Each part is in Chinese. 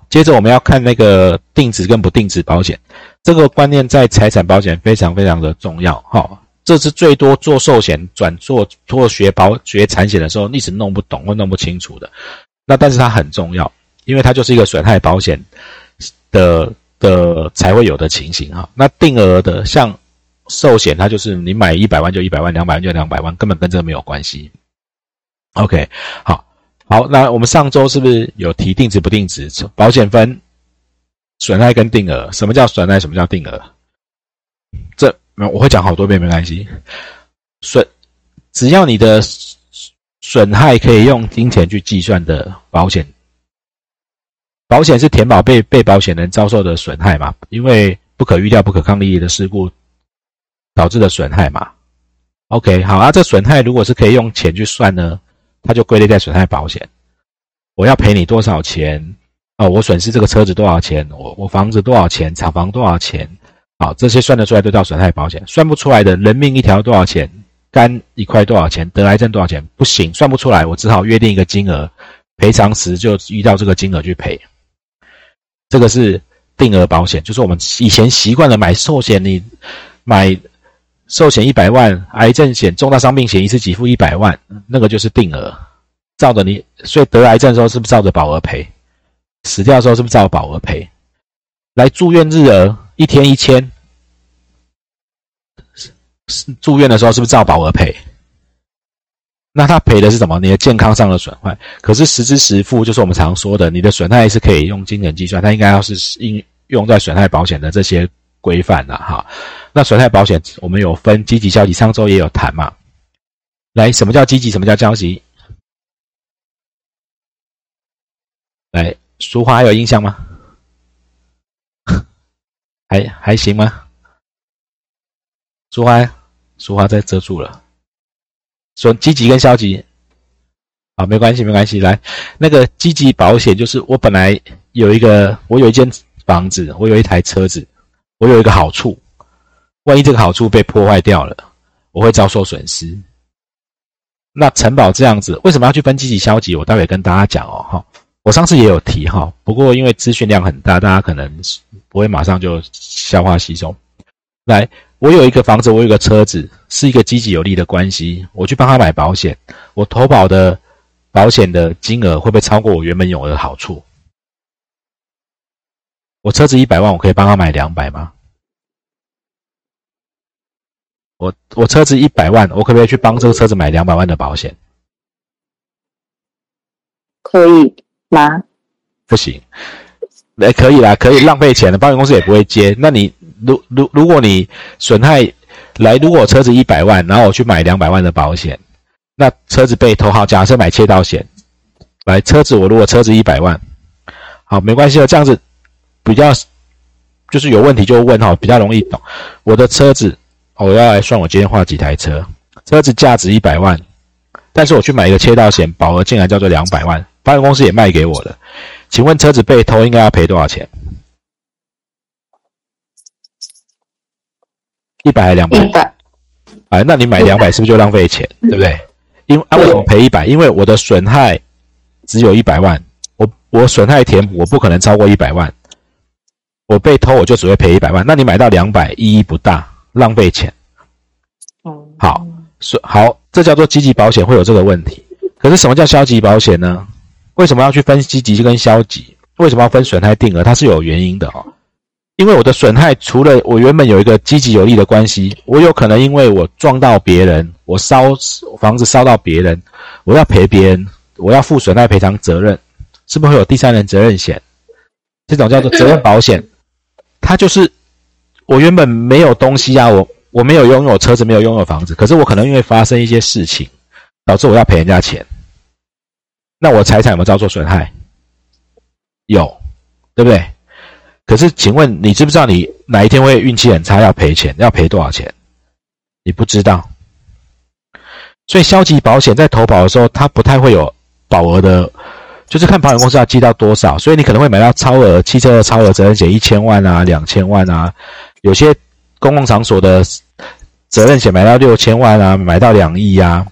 接着我们要看那个定值跟不定值保险，这个观念在财产保险非常非常的重要这是最多做寿险转做学产险的时候一直弄不懂或弄不清楚的。那但是它很重要，因为它就是一个损害保险的才会有的情形那定额的像寿险，它就是你买100万就100万，200万就200万，根本跟这个没有关系。OK， 好，那我们上周是不是有提定值不定值？保险分损害跟定额，什么叫损害，什么叫定额？这我会讲好多遍，没关系。只要你的损害可以用金钱去计算的保险是填保被保险人遭受的损害嘛，因为不可预料、不可抗力的事故导致的损害嘛。OK， 好这损害如果是可以用钱去算呢，它就归类在损害保险。我要赔你多少钱我损失这个车子多少钱，我房子多少钱，厂房多少钱这些算得出来都叫损害保险。算不出来的，人命一条多少钱，肝一块多少钱，得癌症多少钱，不行，算不出来，我只好约定一个金额，赔偿时就依照这个金额去赔。这个是定额保险，就是我们以前习惯了买寿险，你买寿险100万，癌症险、重大伤病险一次给付100万，那个就是定额，照着你，所以得癌症的时候是不是照着保额赔？死掉的时候是不是照着保额赔？来住院日额1天1000，住院的时候是不是照保额赔？那他赔的是什么？你的健康上的损害。可是实支实付，就是我们常说的，你的损害是可以用金钱计算，它应该要是应用在损害保险的这些规范那损害保险我们有分积极消极，上周也有谈嘛。来，什么叫积极，什么叫消极？来，淑华还有印象吗？还行吗？淑华在遮住了。说积极跟消极，好，没关系。来，那个积极保险就是我本来我有一间房子，我有一台车子，我有一个好处，万一这个好处被破坏掉了，我会遭受损失。那承保这样子，为什么要去分积极消极？我待会跟大家讲我上次也有提不过因为资讯量很大，大家可能不会马上就消化吸收。来，我有一个房子，我有一个车子，是一个积极有利的关系，我去帮他买保险，我投保的保险的金额会不会超过我原本有的好处？我车子100万，我可以帮他买200吗？我车子100万，我可不可以去帮这个车子买200万的保险？ 可以吗？ 不行。可以啦，可以，浪费钱的，保险公司也不会接。那你如果你损害如果我车子100万，然后我去买200万的保险，那车子被偷，好，假设买窃盗险，来，我如果车子100万，好，没关系这样子比较就是有问题就问比较容易懂。我的车子我要来算我今天花几台车子价值100万，但是我去买一个窃盗险，保额竟然叫做200万，保险公司也卖给我了。请问车子被偷应该要赔多少钱？100还是200？那你买200是不是就浪费钱，对不对？为什么赔100？因为我的损害只有100万，我损害填补我不可能超过100万，我被偷我就只会赔100万。那你买到200意义不大，浪费钱。好，这叫做积极保险会有这个问题。可是什么叫消极保险呢？为什么要去分积极跟消极？为什么要分损害定额？它是有原因的因为我的损害除了我原本有一个积极有利的关系，我有可能因为我撞到别人，我房子烧到别人，我要赔别人，我要负损害赔偿责任，是不是会有第三人责任险？这种叫做责任保险。它就是我原本没有东西我没有拥有车子，没有拥有房子，可是我可能因为发生一些事情导致我要赔人家钱，那我财产有没有遭受损害？有，对不对？可是请问你知不知道你哪一天会运气很差要赔钱，要赔多少钱？你不知道。所以消极保险在投保的时候它不太会有保额的，就是看保险公司要记到多少，所以你可能会买到超额汽车的超额责任险1000万2000万有些公共场所的责任险买到6000万买到2亿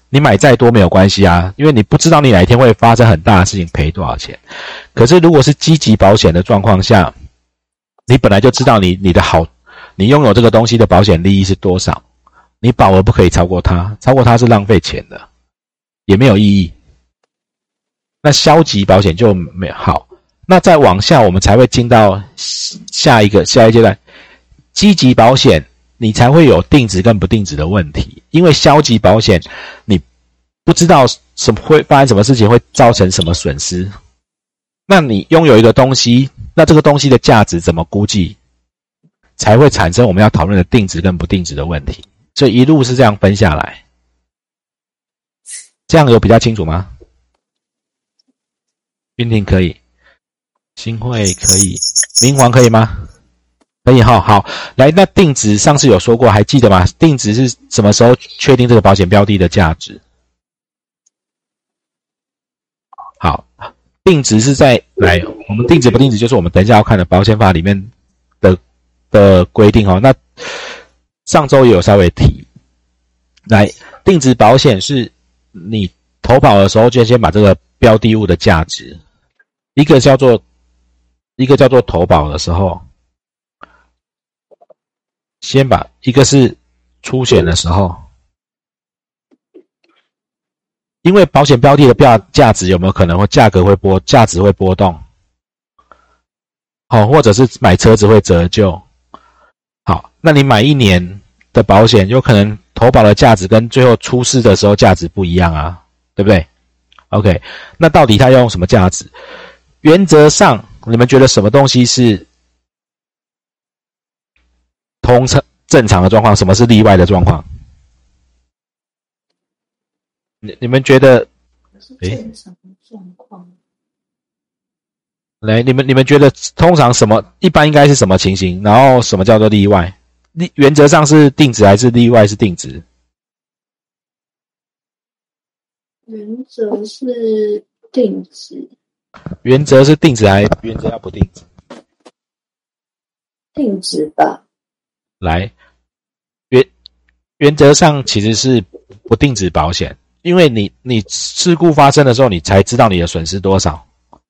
你买再多没有关系啊，因为你不知道你哪一天会发生很大的事情，赔多少钱。可是如果是积极保险的状况下，你本来就知道你拥有这个东西的保险利益是多少，你保额不可以超过它，超过它是浪费钱的，也没有意义。那消极保险就没有好，那再往下我们才会进到下一阶段，积极保险你才会有定值跟不定值的问题，因为消极保险你不知道会发生什么事情，会造成什么损失。那你拥有一个东西，那这个东西的价值怎么估计，才会产生我们要讨论的定值跟不定值的问题。所以一路是这样分下来，这样有比较清楚吗？云婷可以，新会可以，明皇可以吗？可以哈，好，来，那定值上次有说过，还记得吗？定值是什么时候确定这个保险标的的价值？好，定值是我们定值不定值就是我们等一下要看的保险法里面的规定哦。那上周也有稍微提，来，定值保险是你投保的时候就先把这个标的物的价值，一个叫做投保的时候，先把一个是出险的时候，因为保险标的的价值有没有可能会价值会波动，好，或者是买车子会折旧，好，那你买1年的保险，有可能投保的价值跟最后出事的时候价值不一样啊，对不对 ？OK， 那到底它要用什么价值？原则上，你们觉得什么东西是正常的状况，什么是例外的状况？你们觉得？正常的状况。来，你们觉得通常一般应该是什么情形？然后什么叫做例外？原则上是定值还是例外是定值？ 原则是定值。 原则是定值还是原则要不定值？ 定值吧。 来，原则上其实是不定值保险，因为你事故发生的时候，你才知道你的损失多少。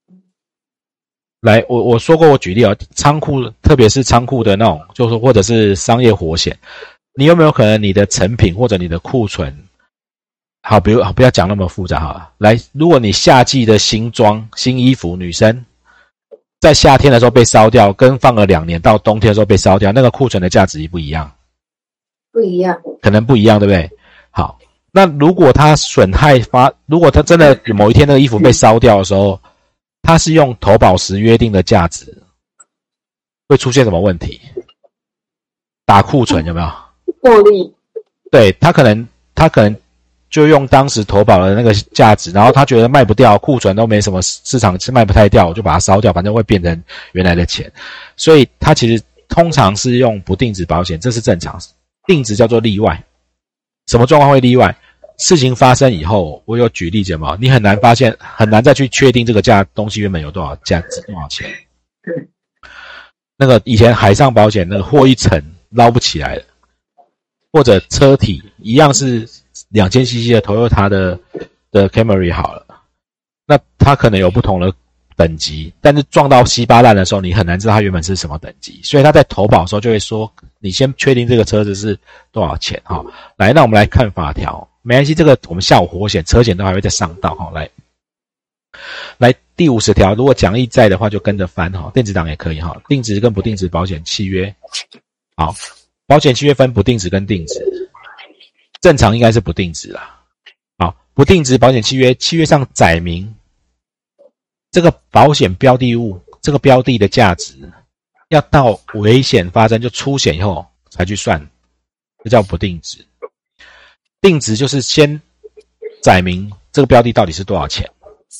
来，我说过，我举例仓库，特别是仓库的那种，就是或者是商业火险，你有没有可能你的成品或者你的库存，好，不要讲那么复杂好了。来，如果你夏季的新衣服，女生在夏天的时候被烧掉，跟放了2年到冬天的时候被烧掉，那个库存的价值一不一样？ 不一样， 可能不一样，对不对？好，那如果它如果它真的某一天那个衣服被烧掉的时候，它是用投保时约定的价值，会出现什么问题？打库存有没有？ 获利。 对，他可能就用当时投保的那个价值，然后他觉得卖不掉，库存都没什么市场是卖不太掉，我就把它烧掉，反正会变成原来的钱。所以他其实通常是用不定值保险，这是正常。定值叫做例外。什么状况会例外？事情发生以后，我有举例子嘛，你很难再去确定这个东西原本有多少价值多少钱。那个以前海上保险那个货一沉捞不起来了，或者车体一样是2000cc 的 Toyota 的 Camry 好了，那它可能有不同的等级，但是撞到稀巴烂的时候，你很难知道它原本是什么等级，所以他在投保的时候就会说，你先确定这个车子是多少钱哈。来，那我们来看法条，没关系，这个我们下午火险、车险都还会再上到哈。来第50条，如果讲义在的话就跟着翻哈，电子档也可以哈。定值跟不定值保险契约，好，保险契约分不定值跟定值，正常应该是不定值啦。好，不定值保险契约上载明这个保险标的物，这个标的的价值要到危险发生就出险以后才去算，这叫不定值。定值就是先载明这个标的到底是多少钱。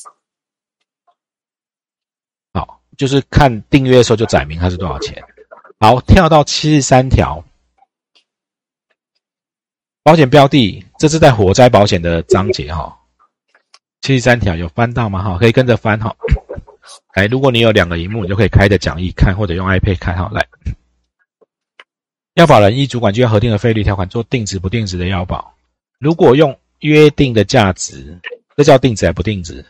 好，就是看订阅的时候就载明它是多少钱。好，跳到73条，保险标的，这是在火灾保险的章节哈。73条有翻到吗？可以跟着翻哈。来，如果你有2个萤幕，你就可以开着讲义看，或者用 iPad 看哈。来，要保人依主管机关核定的费率条款做定值不定值的要保。如果用约定的价值，这叫定值还不定值？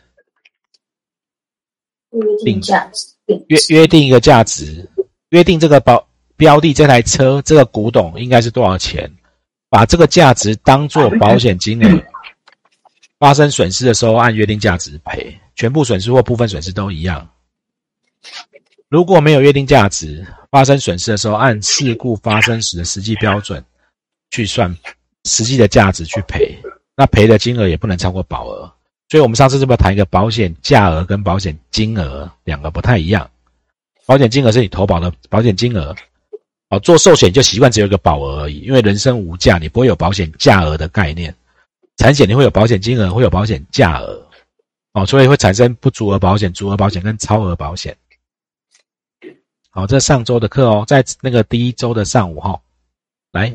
定价值， 约定一个价值，约定这个标的这台车这个古董应该是多少钱，把这个价值当作保险金额，发生损失的时候按约定价值赔，全部损失或部分损失都一样。如果没有约定价值，发生损失的时候按事故发生时的实际标准去算实际的价值去赔，那赔的金额也不能超过保额。所以我们上次是不是谈一个保险价额跟保险金额两个不太一样？保险金额是你投保的保险金额，做寿险就习惯只有一个保额而已，因为人身无价，你不会有保险价额的概念。产险你会有保险金额，会有保险价额，所以会产生不足额保险、足额保险跟超额保险。好，这上周的课在那个第一周的上午来，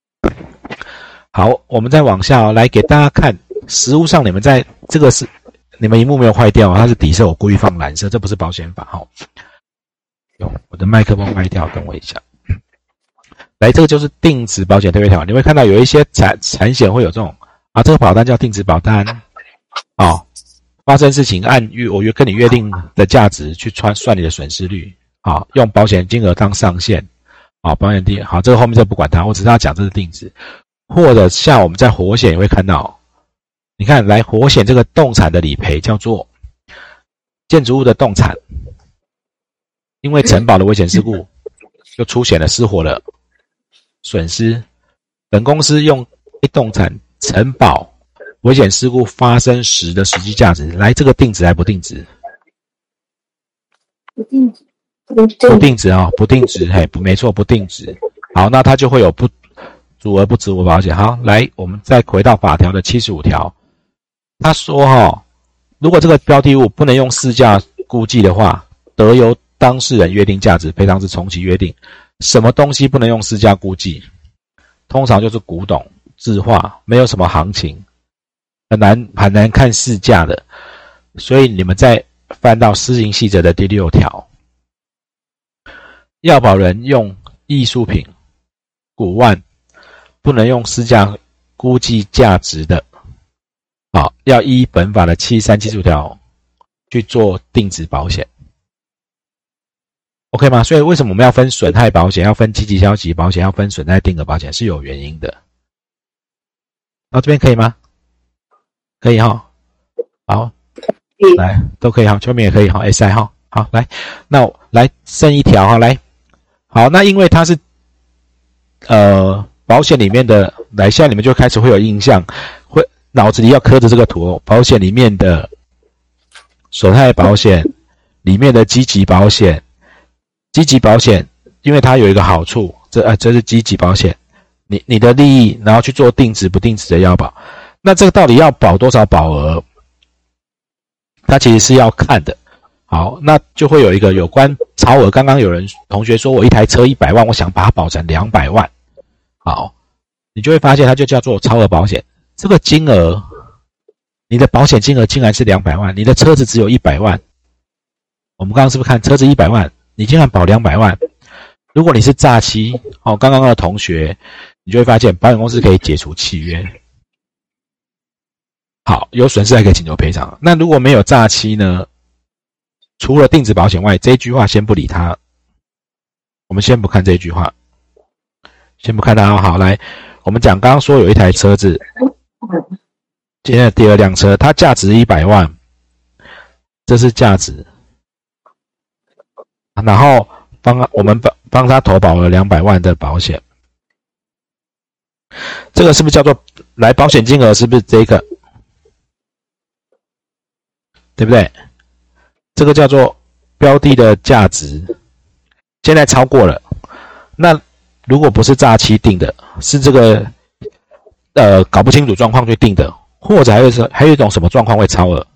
好，我们再往下来给大家看，实务上你们在这个是你们萤幕没有坏掉，它是底色，我故意放蓝色，这不是保险法我的麦克风坏掉，等我一下。来，这个就是定值保险特别条，你会看到有一些产险会有这种这个保单叫定值保单发生事情按我跟你约定的价值去算你的损失率用保险金额当上限保险金这个后面就不管它，我只是要讲这是定值。或者像我们在活险也会看到，你看来活险这个动产的理赔叫做建筑物的动产，因为承保的危险事故就出现了失火了损失，本公司用动产承保危险事故发生时的实际价值，来这个定值还不定值？ 不定值， 不定值不定值，没错，不定值。好，那它就会有足额不足额保险。好，来我们再回到法条的75条，他说如果这个标的物不能用市价估计的话，得由当事人约定价值，赔偿是从其约定。什么东西不能用市价估计？通常就是古董字画，没有什么行情，很难看市价的。所以你们再翻到施行细则的第6条，要保人用艺术品、古玩不能用市价估计价值的，要依本法的73、75条去做定值保险。OK 吗？所以为什么我们要分损害保险，要分积极消极保险，要分损害定额保险，是有原因的。到这边可以吗？可以好，来都可以这边也可以SI 好，来，那我来剩一条来，好，那因为它是保险里面的，来现在你们就开始会有印象，会脑子里要刻着这个图保险里面的损害保险里面的积极保险，积极保险因为它有一个好处，这是积极保险，你的利益然后去做定值不定值的要保，那这个到底要保多少保额，它其实是要看的。好，那就会有一个有关超额，刚刚有同学说我一台车100万，我想把它保成200万，好，你就会发现它就叫做超额保险。这个金额，你的保险金额竟然是200万，你的车子只有100万，我们刚刚是不是看车子100万，你竟然保200万？如果你是诈欺，刚刚的同学，你就会发现保险公司可以解除契约。好，有损失还可以请求赔偿。那如果没有诈欺呢？除了定值保险外，这一句话先不理它，我们先不看这一句话，先不看它。好，来，我们讲刚刚说有一台车子，今天的第2辆车，它价值100万，这是价值，然后我们帮他投保了200万的保险，这个是不是叫做来保险金额？是不是这个？对不对？这个叫做标的的价值，现在超过了。那如果不是诈欺定的，是这个搞不清楚状况去定的，或者还有一种什么状况会超额？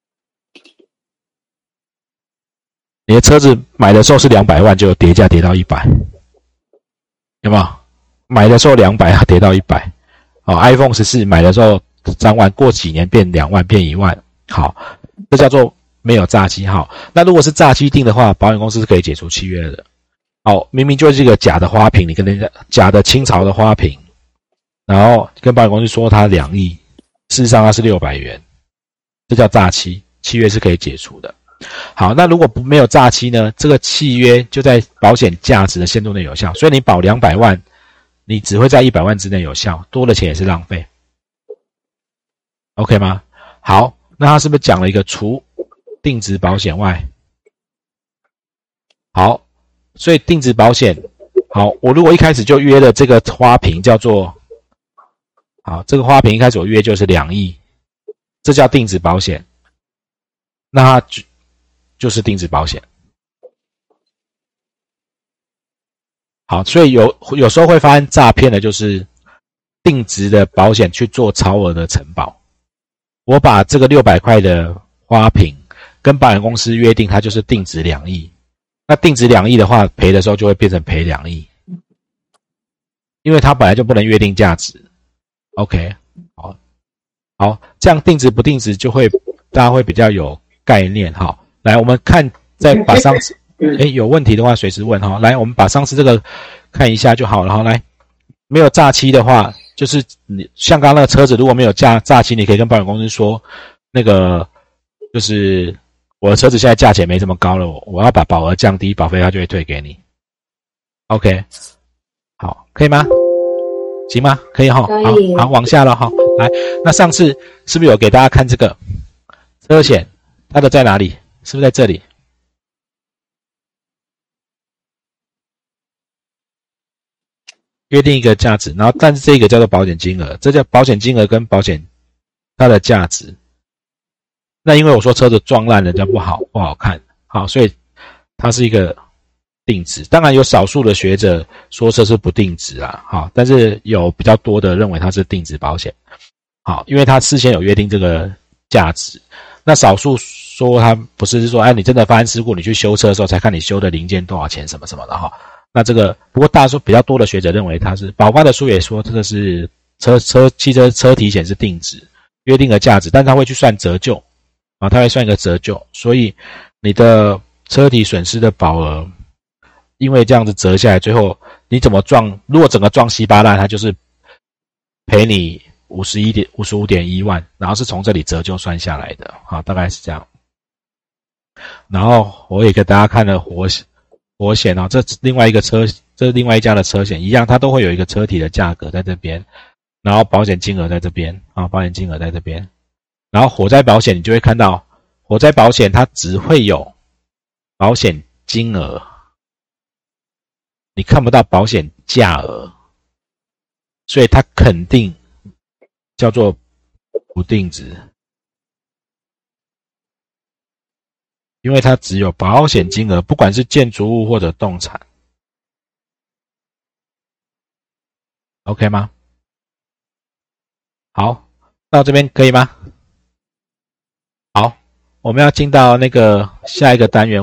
你的车子买的时候是200万，就跌价跌到100，有没有？买的时候200，跌到100。iPhone 14买的时候3万，过几年变2万，变1万。好，这叫做没有诈欺。好，那如果是诈欺定的话，保险公司是可以解除契约的。好，明明就是一个假的花瓶，你跟人家假的清朝的花瓶，然后跟保险公司说它2亿， 事实上它是600元，这叫诈欺，契约是可以解除的。好，那如果没有诈欺呢？这个契约就在保险价值的限度内有效，所以你保200万，你只会在100万之内有效，多的钱也是浪费。OK 吗？好，那他是不是讲了一个除定值保险外？好，所以定值保险，好，我如果一开始就约了这个花瓶叫做，好，这个花瓶一开始我约就是2亿，这叫定值保险，那它就是定值保险。好，所以有时候会发生诈骗的，就是定值的保险去做超额的承保。我把这个600块的花瓶跟保险公司约定，它就是定值2亿。那定值2亿的话，赔的时候就会变成赔2亿，因为它本来就不能约定价值。OK， 好，这样定值不定值就会大家会比较有概念。好，来我们看，再把上次有问题的话随时问哈。来，我们把上次这个看一下就好了哈。来，没有诈欺的话，就是你像刚刚那个车子如果没有诈欺，你可以跟保险公司说，那个就是我的车子现在价钱没这么高了，我要把保额降低，保费它就会退给你。OK， 好，可以吗？行吗？可以齁。好，往下了齁。来，那上次是不是有给大家看这个车险？它的在哪里？是不是在这里？约定一个价值，然后但是这个叫做保险金额，这叫保险金额跟保险它的价值。那因为我说车子撞烂人家不好看，好，所以它是一个定值。当然有少数的学者说这是不定值啊，好，但是有比较多的认为它是定值保险。好，因为它事先有约定这个价值。那少数说它不是说，你真的发生事故，你去修车的时候才看你修的零件多少钱什么什么的哈。那这个不过比较多的学者认为它是，保官的书也说这个是汽车车体险是定值约定的价值，但它会去算折旧啊，它会算一个折旧，所以你的车体损失的保额，因为这样子折下来，最后你怎么撞，如果整个撞稀巴烂，它就是赔你55.1万，然后是从这里折旧算下来的，好，大概是这样。然后我也给大家看了活险这另外一家的车险一样，它都会有一个车体的价格在这边，然后保险金额在这边啊，保险金额在这边。然后火灾保险你就会看到，火灾保险它只会有保险金额，你看不到保险价额，所以它肯定叫做不定值，因为它只有保险金额，不管是建筑物或者动产。OK 吗？好，到这边可以吗？好，我们要进到那个下一个单元。